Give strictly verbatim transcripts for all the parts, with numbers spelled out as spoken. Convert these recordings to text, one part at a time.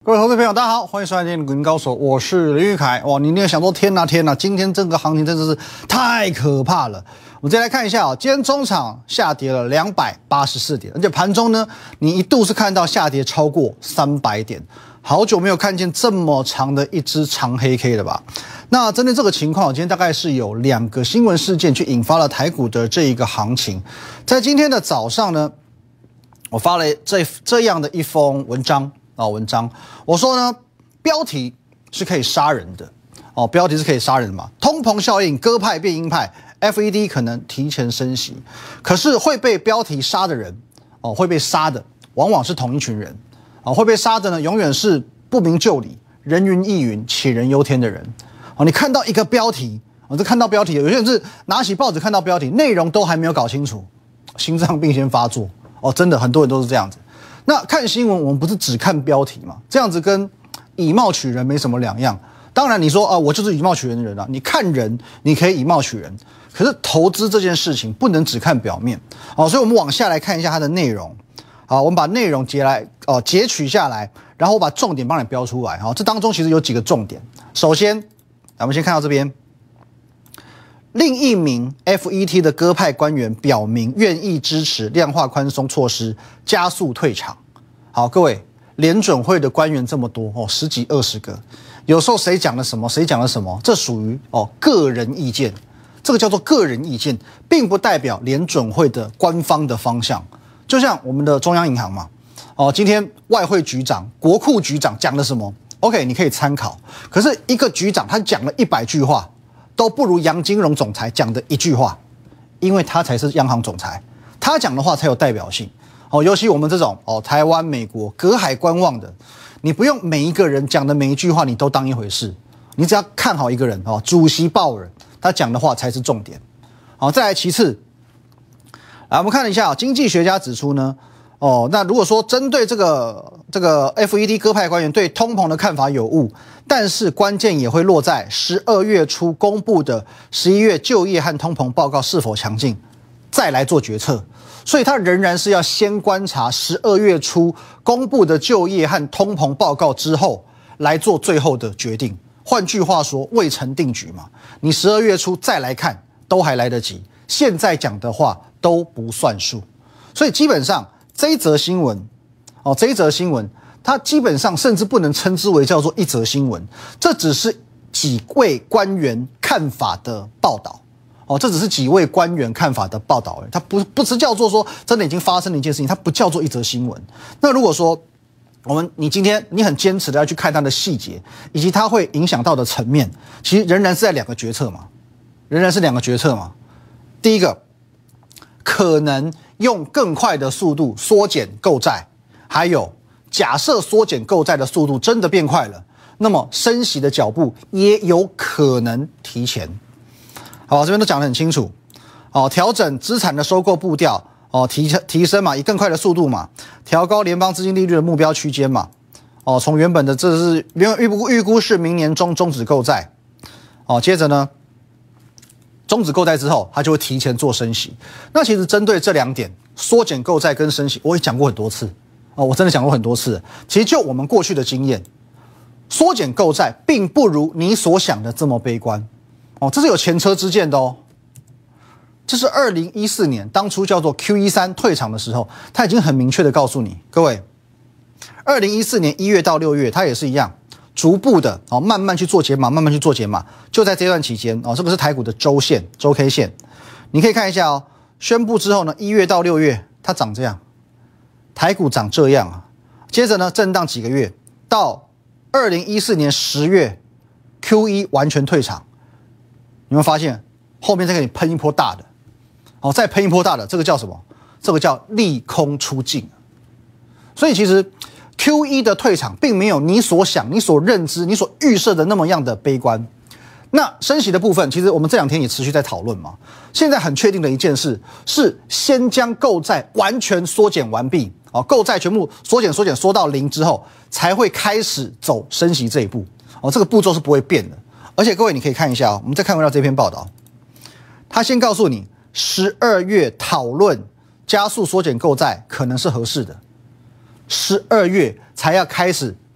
各位投资朋友，大家好，欢迎收看今天的股民高手，我是林玉凯。哇，你一定要想说，天哪天哪，今天这个行情真的是太可怕了。我们再来看一下啊，今天中场下跌了两百八十四点，而且盘中呢，你一度是看到下跌超过三百点，好久没有看见这么长的一只长黑 K 了吧？那针对这个情况，今天大概是有两个新闻事件去引发了台股的这一个行情。在今天的早上呢，我发了这这样的一封文章。啊，文章我说呢，标题是可以杀人的哦，标题是可以杀人的嘛。通膨效应，鸽派变鹰派 ，F E D 可能提前升息，可是会被标题杀的人哦，会被杀的往往是同一群人啊、哦，会被杀的呢，永远是不明就里、人云亦云、杞人忧天的人哦。你看到一个标题，我、哦、这看到标题，有些人是拿起报纸看到标题，内容都还没有搞清楚，心脏病先发作哦，真的很多人都是这样子。那看新闻，我们不是只看标题嘛？这样子跟以貌取人没什么两样。当然，你说啊、呃，我就是以貌取人的人啊。你看人，你可以以貌取人，可是投资这件事情不能只看表面哦。所以我们往下来看一下它的内容。好，我们把内容截来哦、呃、截取下来，然后我把重点帮你标出来。好、哦，这当中其实有几个重点。首先，我们先看到这边。另一名 F E D 的鸽派官员表明愿意支持量化宽松措施，加速退场。好，各位，联准会的官员这么多哦，十几二十个，有时候谁讲了什么，谁讲了什么，这属于哦个人意见，这个叫做个人意见，并不代表联准会的官方的方向。就像我们的中央银行嘛，哦，今天外汇局长、国库局长讲了什么 ？OK， 你可以参考。可是一个局长他讲了一百句话。都不如杨金荣总裁讲的一句话，因为他才是央行总裁，他讲的话才有代表性。哦，尤其我们这种哦，台湾、美国隔海观望的，你不用每一个人讲的每一句话你都当一回事，你只要看好一个人哦，主席鲍尔他讲的话才是重点。好，再来其次，来我们看一下、哦、经济学家指出呢，哦，那如果说针对这个这个 F E D 鸽派官员对通膨的看法有误。但是关键也会落在十二月初公布的十一月就业和通膨报告是否强劲，再来做决策。所以他仍然是要先观察十二月初公布的就业和通膨报告之后，来做最后的决定。换句话说，未成定局嘛，你十二月初再来看都还来得及，现在讲的话都不算数。所以基本上这一则新闻，哦，这一则新闻。它基本上甚至不能称之为叫做一则新闻，这只是几位官员看法的报道哦，这只是几位官员看法的报道而已，它不不是叫做说真的已经发生了一件事情，它不叫做一则新闻。那如果说我们你今天你很坚持的要去看它的细节，以及它会影响到的层面，其实仍然是在两个决策嘛，仍然是两个决策嘛。第一个，可能用更快的速度缩减购债，还有。假设缩减购债的速度真的变快了，那么升息的脚步也有可能提前。好，这边都讲得很清楚。哦，调整资产的收购步调，哦，提提升嘛，以更快的速度嘛，调高联邦资金利率的目标区间嘛。哦，从原本的这是原预估预估是明年中终止购债，哦，接着呢，终止购债之后，它就会提前做升息。那其实针对这两点，缩减购债跟升息，我也讲过很多次。哦，我真的讲过很多次。其实就我们过去的经验，缩减购债并不如你所想的这么悲观。哦，这是有前车之鉴的哦。这是二零一四年当初叫做 Q E 三退场的时候，他已经很明确的告诉你，各位，二零一四年一月到六月，它也是一样，逐步的哦，慢慢去做解码，慢慢去做解码。就在这段期间哦，这个是台股的周线、周 K 线，你可以看一下哦。宣布之后呢，一月到六月它长这样。台股长这样啊，接着呢震荡几个月，到二零一四年十月 Q 一 完全退场，你会发现后面再给你喷一波大的，哦，再喷一波大的，这个叫什么？这个叫利空出尽。所以其实 Q 一 的退场并没有你所想、你所认知、你所预设的那么样的悲观。那升息的部分，其实我们这两天也持续在讨论嘛。现在很确定的一件事是，先将购债完全缩减完毕，哦，购债全部缩减、缩减、缩到零之后，才会开始走升息这一步。哦，这个步骤是不会变的。而且各位，你可以看一下哦，我们再看回到这篇报道，他先告诉你，十二月讨论加速缩减购债可能是合适的，十二月才要开始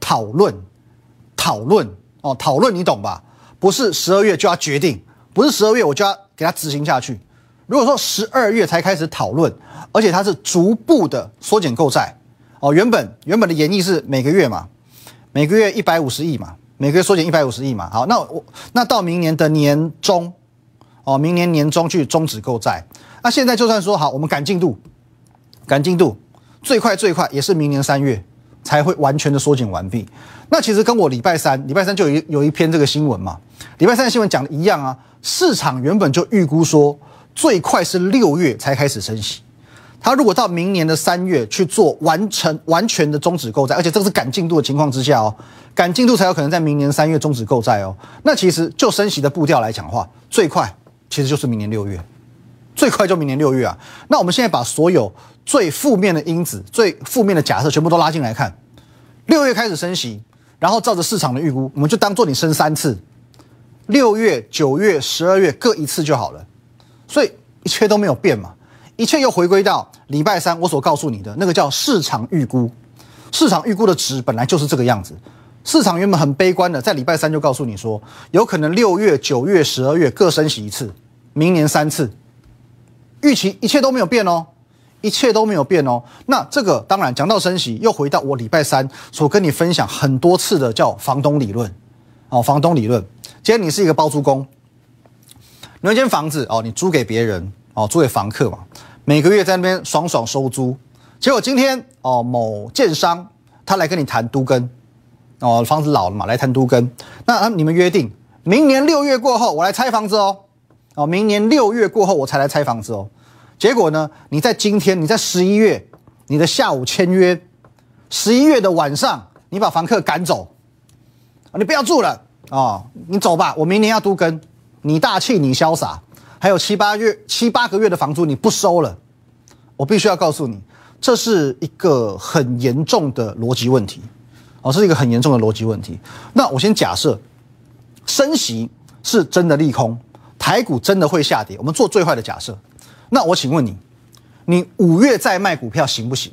讨论，讨论哦，讨论你懂吧？不是十二月就要决定，不是十二月我就要给它执行下去。如果说十二月才开始讨论，而且它是逐步的缩减购债哦，原本原本的演绎是每个月嘛，每个月一百五十亿嘛，每个月缩减一百五十亿嘛。好，那我那到明年的年中哦，明年年中去终止购债。那现在就算说好，我们赶进度，赶进度，最快最快也是明年三月才会完全的缩减完毕。那其实跟我礼拜三礼拜三就有一有一篇这个新闻嘛，礼拜三的新闻讲的一样啊，市场原本就预估说。最快是六月才开始升息，他如果到明年的三月去做完成完全的终止购债，而且这个是赶进度的情况之下哦，赶进度才有可能在明年三月终止购债哦。那其实就升息的步调来讲的话，最快其实就是明年六月，最快就明年六月啊。那我们现在把所有最负面的因子、最负面的假设全部都拉进来看，六月开始升息，然后照着市场的预估，我们就当做你升三次，六月、九月、十二月各一次就好了。所以一切都没有变嘛，一切又回归到礼拜三我所告诉你的那个叫市场预估，市场预估的值本来就是这个样子。市场原本很悲观的，在礼拜三就告诉你说，有可能六月、九月、十二月各升息一次，明年三次，预期一切都没有变哦，一切都没有变哦。那这个当然讲到升息，又回到我礼拜三所跟你分享很多次的叫房东理论哦，房东理论。今天你是一个包租公。你有一间房子哦，你租给别人哦，租给房客嘛，每个月在那边爽爽收租。结果今天哦，某建商他来跟你谈都更哦，房子老了嘛，来谈都更。那你们约定明年六月过后我来拆房子哦，哦，明年六月过后我才来拆房子哦。结果呢，你在今天，你在十一月，你的下午签约，十一月的晚上，你把房客赶走，你不要住了哦，你走吧，我明年要都更。你大气，你潇洒，还有七八月、七八个月的房租你不收了，我必须要告诉你，这是一个很严重的逻辑问题，哦，这是一个很严重的逻辑问题。那我先假设，升息是真的利空，台股真的会下跌，我们做最坏的假设。那我请问你，你五月再卖股票行不行？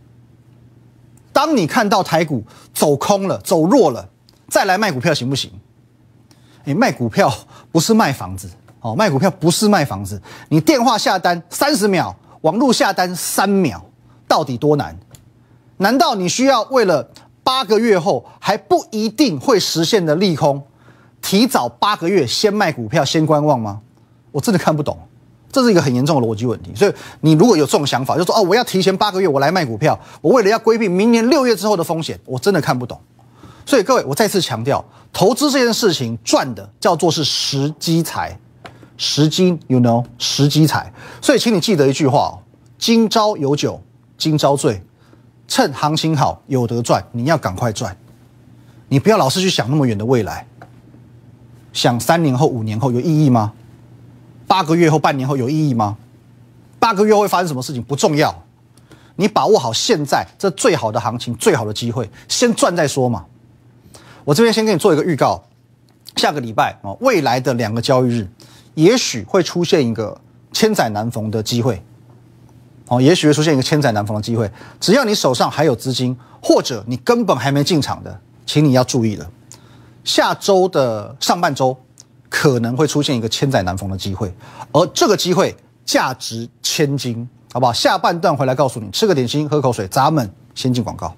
当你看到台股走空了、走弱了，再来卖股票行不行？你卖股票不是卖房子哦，卖股票不是卖房子。你电话下单三十秒，网络下单三秒，到底多难？难道你需要为了八个月后还不一定会实现的利空，提早八个月先卖股票、先观望吗？我真的看不懂，这是一个很严重的逻辑问题。所以你如果有这种想法，就说哦，我要提前八个月我来卖股票，我为了要规避明年六月之后的风险，我真的看不懂。所以各位，我再次强调，投资这件事情赚的叫做是时机财，时机 ，you know， 时机财。所以请你记得一句话哦：今朝有酒今朝醉，趁行情好有得赚，你要赶快赚，你不要老是去想那么远的未来，想三年后、五年后有意义吗？八个月后、半年后有意义吗？八个月后会发生什么事情不重要，你把握好现在这最好的行情、最好的机会，先赚再说嘛。我这边先给你做一个预告，下个礼拜哦，未来的两个交易日，也许会出现一个千载难逢的机会，哦，也许会出现一个千载难逢的机会。只要你手上还有资金，或者你根本还没进场的，请你要注意了。下周的上半周可能会出现一个千载难逢的机会，而这个机会价值千金，好不好？下半段回来告诉你，吃个点心，喝口水，咱们先进广告。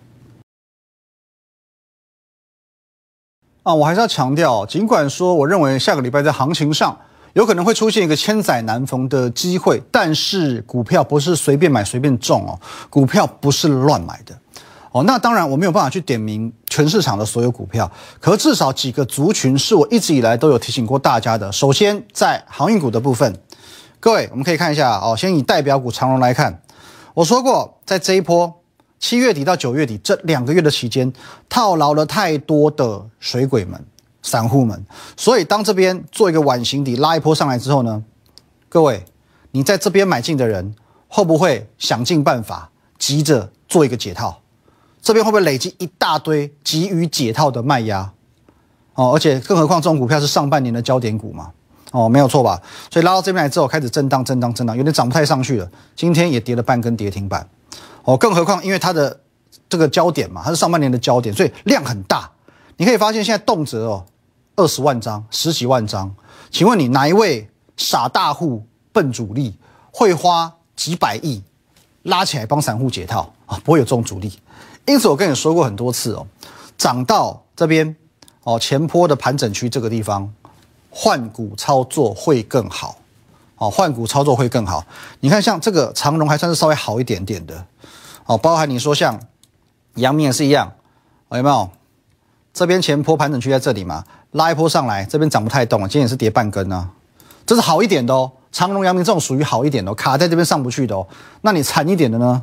啊，我还是要强调，尽管说我认为下个礼拜在行情上有可能会出现一个千载难逢的机会，但是股票不是随便买随便中哦，股票不是乱买的哦。那当然我没有办法去点名全市场的所有股票，可至少几个族群是我一直以来都有提醒过大家的。首先在航运股的部分，各位我们可以看一下哦，先以代表股长荣来看，我说过在这一波七月底到九月底这两个月的期间，套牢了太多的水鬼们、散户们，所以当这边做一个碗形底拉一波上来之后呢，各位，你在这边买进的人会不会想尽办法急着做一个解套？这边会不会累积一大堆急于解套的卖压？哦，而且更何况这种股票是上半年的焦点股嘛，哦，没有错吧？所以拉到这边来之后开始震荡、震荡、震荡，有点涨不太上去了，今天也跌了半根跌停板。哦，更何况因为它的这个焦点嘛，它是上半年的焦点，所以量很大。你可以发现现在动辄哦二十万张、十几万张，请问你哪一位傻大户笨主力会花几百亿拉起来帮散户解套啊？不会有这种主力。因此我跟你说过很多次哦，涨到这边哦前波的盘整区这个地方，换股操作会更好。哦，换股操作会更好。你看，像这个长荣还算是稍微好一点点的，哦，包含你说像阳明也是一样，哦、有没有？这边前波盘整区在这里嘛，拉一波上来，这边涨不太动了，今天也是跌半根啊，这是好一点的哦。长荣、阳明这种属于好一点的、哦，卡在这边上不去的哦。那你惨一点的呢？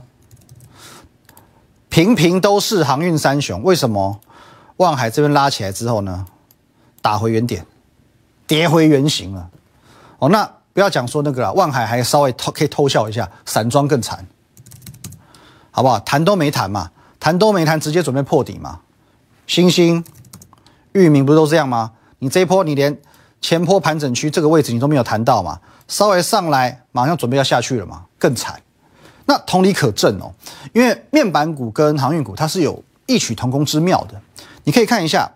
平平都是航运三雄，为什么？万海这边拉起来之后呢，打回原点，跌回原形了。哦，那。不要讲说那个啦，万海还稍微偷可以偷笑一下，散装更惨，好不好？谈都没谈嘛，谈都没谈，直接准备破底嘛。星星、裕民不是都这样吗？你这一波你连前波盘整区这个位置你都没有谈到嘛，稍微上来马上准备要下去了嘛，更惨。那同理可证哦，因为面板股跟航运股它是有异曲同工之妙的，你可以看一下，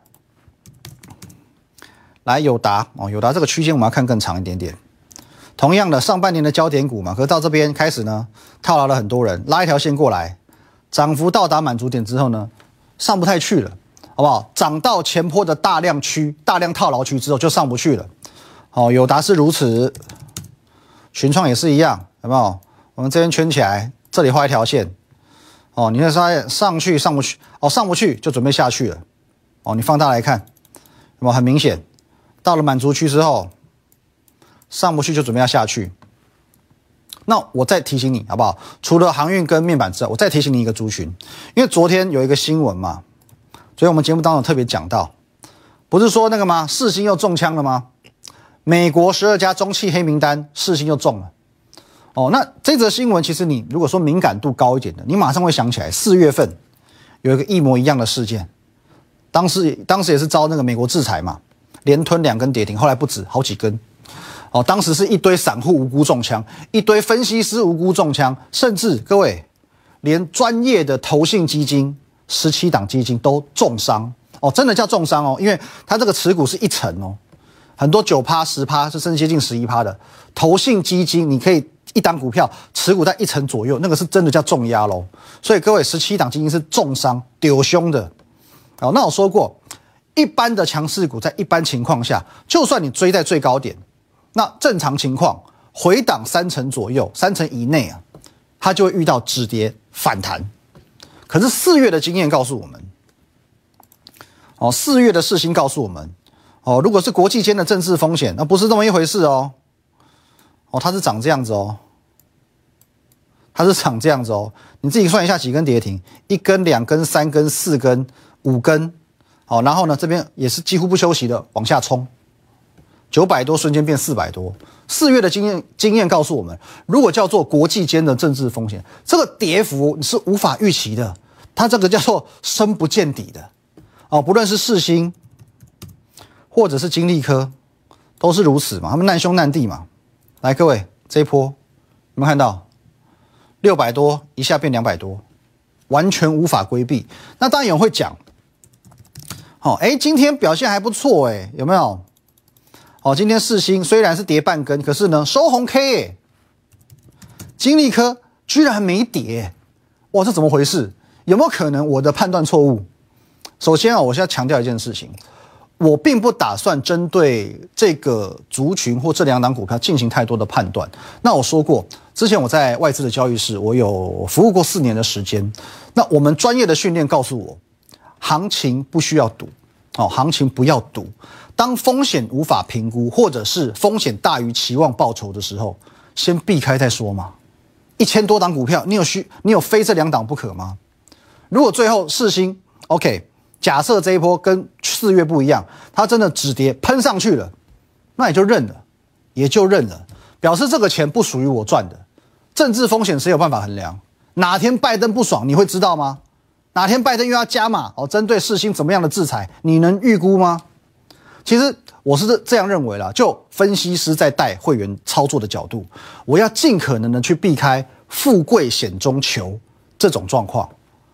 来友达哦，友达这个区间我们要看更长一点点。同样的，上半年的焦点股嘛，可是到这边开始呢，套牢了很多人，拉一条线过来，涨幅到达满足点之后呢，上不太去了，好不好？涨到前波的大量区、大量套牢区之后就上不去了。好，友达是如此，群创也是一样，有没有？我们这边圈起来，这里画一条线，哦，你会发现上去上不去，哦，上不去就准备下去了，哦，你放大来看，有没有很明显？到了满足区之后。上不去就准备要下去，那我再提醒你好不好？除了航运跟面板之外，我再提醒你一个族群，因为昨天有一个新闻嘛，所以我们节目当中特别讲到，不是说那个吗？世芯又中枪了吗？美国十二家中企黑名单，世芯又中了。哦，那这则新闻其实你如果说敏感度高一点的，你马上会想起来，四月份有一个一模一样的事件，当时当时也是遭那个美国制裁嘛，连吞两根跌停，后来不止好几根。哦，当时是一堆散户无辜中枪，一堆分析师无辜中枪，甚至各位连专业的投信基金十七档基金都重伤哦，真的叫重伤哦，因为它这个持股是一成哦，很多九趴、十趴，甚至接近十一趴的投信基金，你可以一档股票持股在一成左右，那个是真的叫重压喽。所以各位，十七档基金是重伤丢凶的。哦，那我说过，一般的强势股在一般情况下，就算你追在最高点。那正常情况回档三成左右，三成以内啊，它就会遇到止跌反弹。可是四月的经验告诉我们，哦，四月的世芯告诉我们，哦，如果是国际间的政治风险，那不是这么一回事哦。哦，它是长这样子哦，它是长这样子哦。你自己算一下几根跌停，一根、两根、三根、四根、五根，好，然后呢，这边也是几乎不休息的往下冲。九百多瞬间变四百多，四月的经验经验告诉我们，如果叫做国际间的政治风险，这个跌幅你是无法预期的，它这个叫做深不见底的，哦，不论是世芯或者是金利科，都是如此嘛，他们难兄难弟嘛。来，各位这一波有没有看到六百多一下变两百多，完全无法规避。那当然有人会讲，好、哦，哎，今天表现还不错，哎，有没有？哦，今天世芯虽然是跌半根，可是呢收红 K 耶，金利科居然没跌，哇，这怎么回事？有没有可能我的判断错误？首先啊，我现在强调一件事情，我并不打算针对这个族群或这两档股票进行太多的判断。那我说过，之前我在外资的交易室，我有服务过四年的时间。那我们专业的训练告诉我，行情不需要赌，哦，行情不要赌。当风险无法评估，或者是风险大于期望报酬的时候，先避开再说嘛。一千多档股票，你有需你有非这两档不可吗？如果最后世芯 OK， 假设这一波跟四月不一样，它真的止跌喷上去了，那也就认了，也就认了，表示这个钱不属于我赚的。政治风险谁有办法衡量？哪天拜登不爽，你会知道吗？哪天拜登又要加码哦，针对世芯怎么样的制裁，你能预估吗？其实我是这样认为啦，就分析师在带会员操作的角度，我要尽可能的去避开富贵险中求这种状况。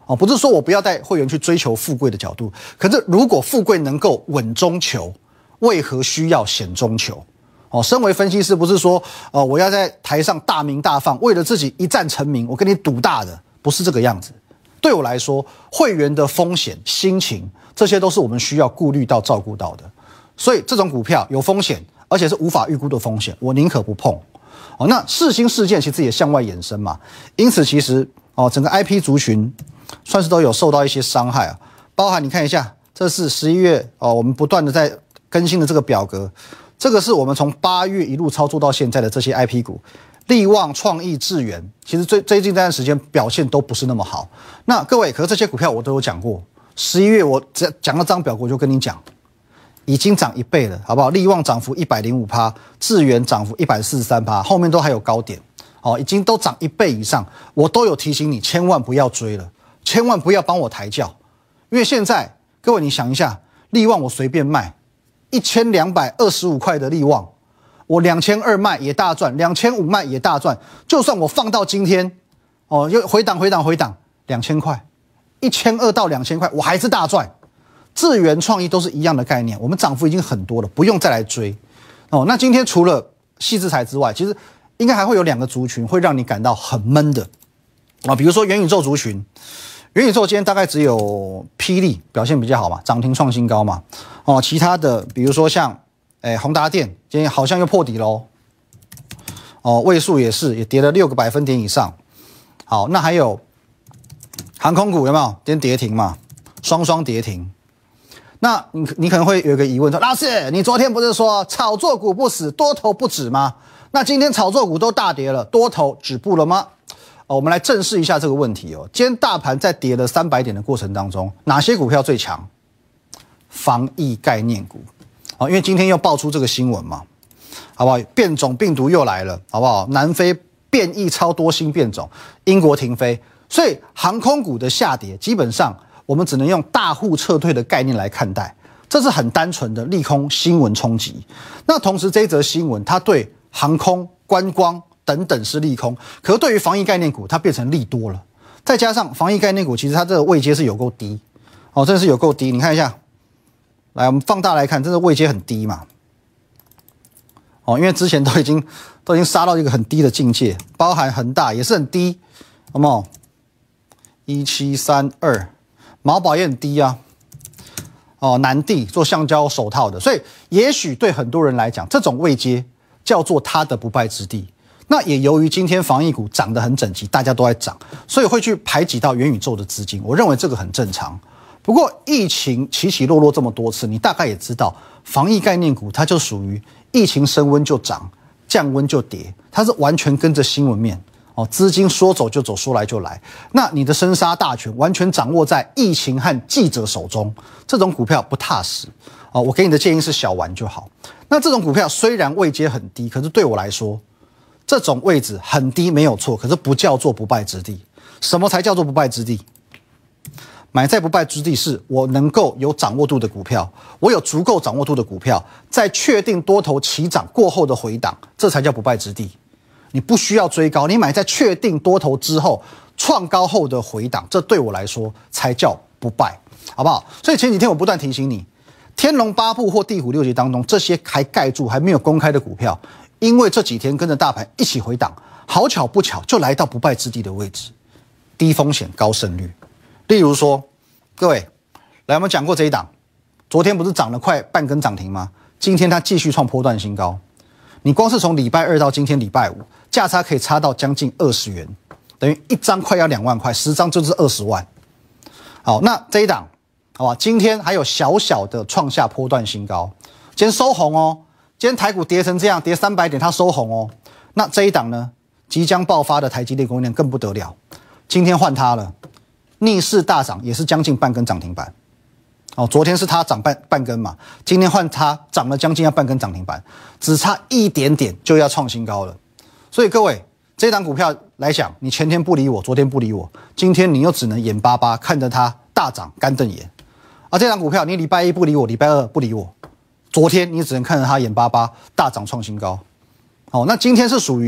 哦，不是说我不要带会员去追求富贵的角度，可是如果富贵能够稳中求，为何需要险中求？哦，身为分析师，不是说呃我要在台上大名大放，为了自己一战成名，我跟你赌大的，不是这个样子。对我来说，会员的风险、心情，这些都是我们需要顾虑到、照顾到的。所以这种股票有风险，而且是无法预估的风险，我宁可不碰。哦，那世芯事件其实也向外延伸嘛，因此其实哦整个 I P 族群算是都有受到一些伤害啊，包含你看一下，这是十一月哦，我们不断的在更新的这个表格，这个是我们从八月一路操作到现在的这些 I P 股，力旺、创意、智原，其实最最近这段时间表现都不是那么好。那各位，可是这些股票我都有讲过，十一月我只要讲到这张表格我就跟你讲。已经涨一倍了，好不好？力旺涨幅 百分之一百零五， 智原涨幅 百分之一百四十三， 后面都还有高点，哦，已经都涨一倍以上，我都有提醒你，千万不要追了，千万不要帮我抬轿，因为现在各位你想一下，力旺我随便卖一千两百二十五块的力旺，我两千二卖也大赚，两千五卖也大赚，就算我放到今天，哦，又回档回档回档两千块，一千二到两千块，我还是大赚。智原、创意都是一样的概念，我们涨幅已经很多了，不用再来追哦。那今天除了矽智财之外，其实应该还会有两个族群会让你感到很闷的啊，比如说元宇宙族群，元宇宙今天大概只有霹雳表现比较好嘛，涨停创新高嘛，哦，其他的比如说像诶宏达电今天好像又破底喽，哦，位数也是也跌了六个百分点以上。好，那还有航空股有没有？今天跌停嘛，双双跌停。那你你可能会有一个疑问说，老师，你昨天不是说炒作股不死，多头不止吗？那今天炒作股都大跌了，多头止步了吗？哦，我们来正视一下这个问题哦。今天大盘在跌了三百点的过程当中，哪些股票最强？防疫概念股哦，因为今天又爆出这个新闻嘛，好不好？变种病毒又来了，好不好？南非变异超多新变种，英国停飞，所以航空股的下跌基本上。我们只能用大户撤退的概念来看待，这是很单纯的利空新闻冲击。那同时这一则新闻，它对航空、观光等等是利空，可是对于防疫概念股，它变成利多了。再加上防疫概念股，其实它这个位阶是有够低，哦，真的是有够低。你看一下，来我们放大来看，真的位阶很低嘛。哦，因为之前都已经都已经杀到一个很低的境界，包含恒大也是很低，有没有？一七三二。毛宝也很低啊，哦，南地做橡胶手套的，所以也许对很多人来讲，这种位阶叫做它的不败之地。那也由于今天防疫股涨得很整齐，大家都在涨，所以会去排挤到元宇宙的资金。我认为这个很正常。不过疫情起起落落这么多次，你大概也知道，防疫概念股它就属于疫情升温就涨，降温就跌，它是完全跟着新闻面。哦，资金说走就走，说来就来。那你的生杀大权完全掌握在疫情和记者手中，这种股票不踏实。哦，我给你的建议是小玩就好。那这种股票虽然位阶很低，可是对我来说，这种位置很低没有错，可是不叫做不败之地。什么才叫做不败之地？买在不败之地是我能够有掌握度的股票，我有足够掌握度的股票，在确定多头起涨过后的回档，这才叫不败之地。你不需要追高，你买在确定多头之后创高后的回档，这对我来说才叫不败，好不好？所以前几天我不断提醒你，天龙八部或地虎六杰当中，这些还盖住还没有公开的股票，因为这几天跟着大盘一起回档，好巧不巧就来到不败之地的位置，低风险高胜率。例如说，各位来我们讲过这一档，昨天不是涨了快半根涨停吗？今天它继续创波段新高。你光是从礼拜二到今天礼拜五，价差可以差到将近二十元，等于一张快要两万块，十张就是二十万。好，那这一档，好吧，今天还有小小的创下波段新高，今天收红哦。今天台股跌成这样，跌三百点，它收红哦。那这一档呢，即将爆发的台积电供应链更不得了，今天换它了，逆势大涨，也是将近半根涨停板。哦，昨天是它涨半半根嘛，今天换它涨了将近要半根涨停板，只差一点点就要创新高了。所以各位，这档股票来讲，你前天不理我，昨天不理我，今天你又只能眼巴巴看着它大涨，干瞪眼。而这档股票，你礼拜一不理我，礼拜二不理我，昨天你只能看着它眼巴巴大涨创新高。哦，那今天是属于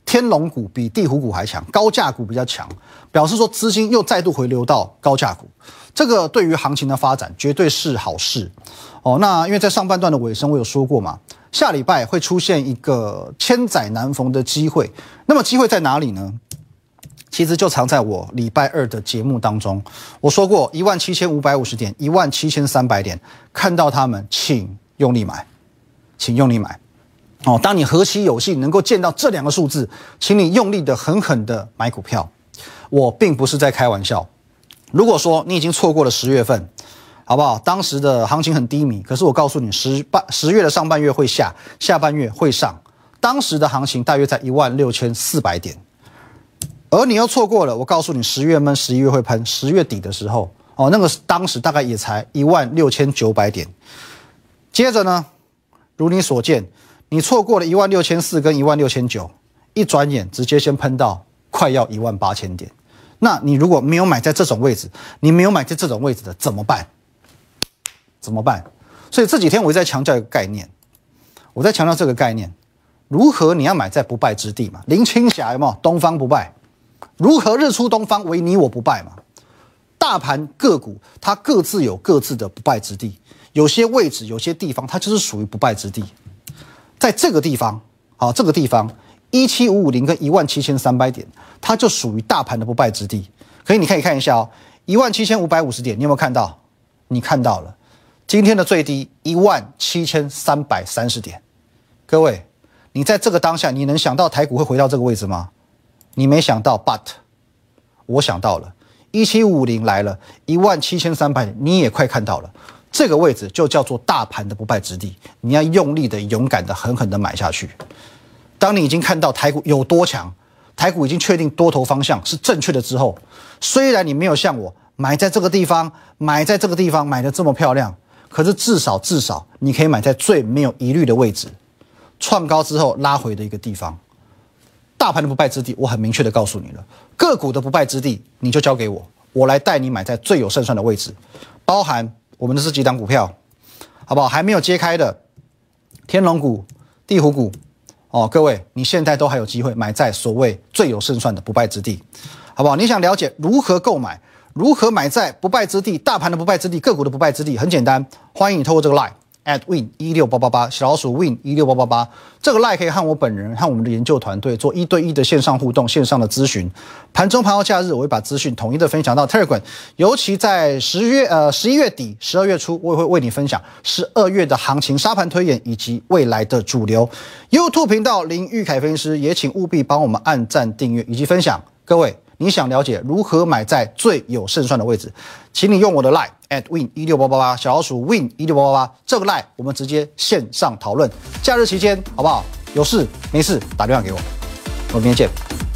天龙股比地虎股还强，高价股比较强，表示说资金又再度回流到高价股，这个对于行情的发展绝对是好事哦。那因为在上半段的尾声我有说过嘛，下礼拜会出现一个千载难逢的机会，那么机会在哪里呢？其实就藏在我礼拜二的节目当中，我说过一万七千五百五十点、一万七千三百点，看到他们，请用力买，请用力买。哦，当你何其有幸能够见到这两个数字，请你用力的、狠狠的买股票。我并不是在开玩笑。如果说你已经错过了十月份，好不好？当时的行情很低迷，可是我告诉你，十半十月的上半月会下，下半月会上。当时的行情大约在一万六千四百点。而你又错过了，我告诉你，十月闷，十一月会喷，十月底的时候，哦，那个当时大概也才一万六千九百点。接着呢，如你所见，你错过了一万六千四跟一万六千九，一转眼直接先喷到快要一万八千点。那你如果没有买在这种位置，你没有买在这种位置的怎么办？怎么办？所以这几天我一直在强调一个概念，我在强调这个概念，如何你要买在不败之地嘛？林青霞有没有？东方不败。如何日出东方，唯你我不败嘛？大盘个股它各自有各自的不败之地，有些位置、有些地方它就是属于不败之地。在这个地方，好，这个地方一七五五零跟一万七千三百点，它就属于大盘的不败之地。可以，你可以看一下哦，一万七千五百五十点，你有没有看到？你看到了，今天的最低一万七千三百三十点。各位，你在这个当下，你能想到台股会回到这个位置吗？你没想到 ，but 我想到了，一七五零来了，一万七千三百点，你也快看到了，这个位置就叫做大盘的不败之地，你要用力的、勇敢的、狠狠的买下去。当你已经看到台股有多强，台股已经确定多头方向是正确的之后，虽然你没有像我买在这个地方，买在这个地方买的这么漂亮，可是至少至少你可以买在最没有疑虑的位置，创高之后拉回的一个地方。大盘的不败之地，我很明确的告诉你了。个股的不败之地，你就交给我，我来带你买在最有胜算的位置，包含我们的这几档股票，好不好？还没有揭开的天龙股、地虎股，哦，各位，你现在都还有机会买在所谓最有胜算的不败之地，好不好？你想了解如何购买，如何买在不败之地，大盘的不败之地，个股的不败之地，很简单，欢迎你透过这个 line。at win 一六八八八小老鼠 win 一六八八八这个 line 可以和我本人和我们的研究团队做一对一的线上互动、线上的咨询。盘中盘后假日，我会把资讯统一的分享到 Telegram， 尤其在十月呃十一月底、十二月初，我也会为你分享十二月的行情沙盘推演以及未来的主流。YouTube 频道林玉凯分析师，也请务必帮我们按赞、订阅以及分享。各位，你想了解如何买在最有胜算的位置，请你用我的 line at win 一六八八八小老鼠 win 一六八八八这个 line 我们直接线上讨论。假日期间好不好？有事没事打电话给我，我们明天见。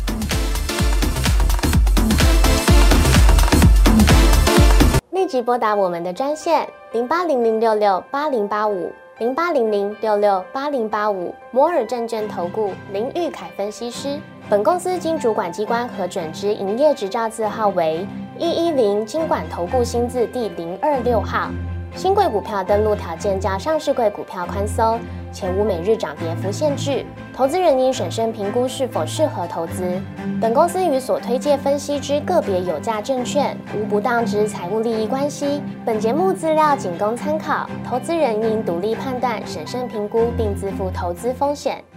立即拨打我们的专线零八零零六六八零八五零八零零六六八零八五摩尔证券投顾林玉凯分析师。本公司经主管机关核准之营业执照字号为一一零金管投顾新字第零二六号。新贵股票登录条件较上市贵股票宽松，且无每日涨跌幅限制。投资人应审慎评估是否适合投资。本公司与所推介分析之个别有价证券无不当之财务利益关系。本节目资料仅供参考，投资人应独立判断、审慎评估并自负投资风险。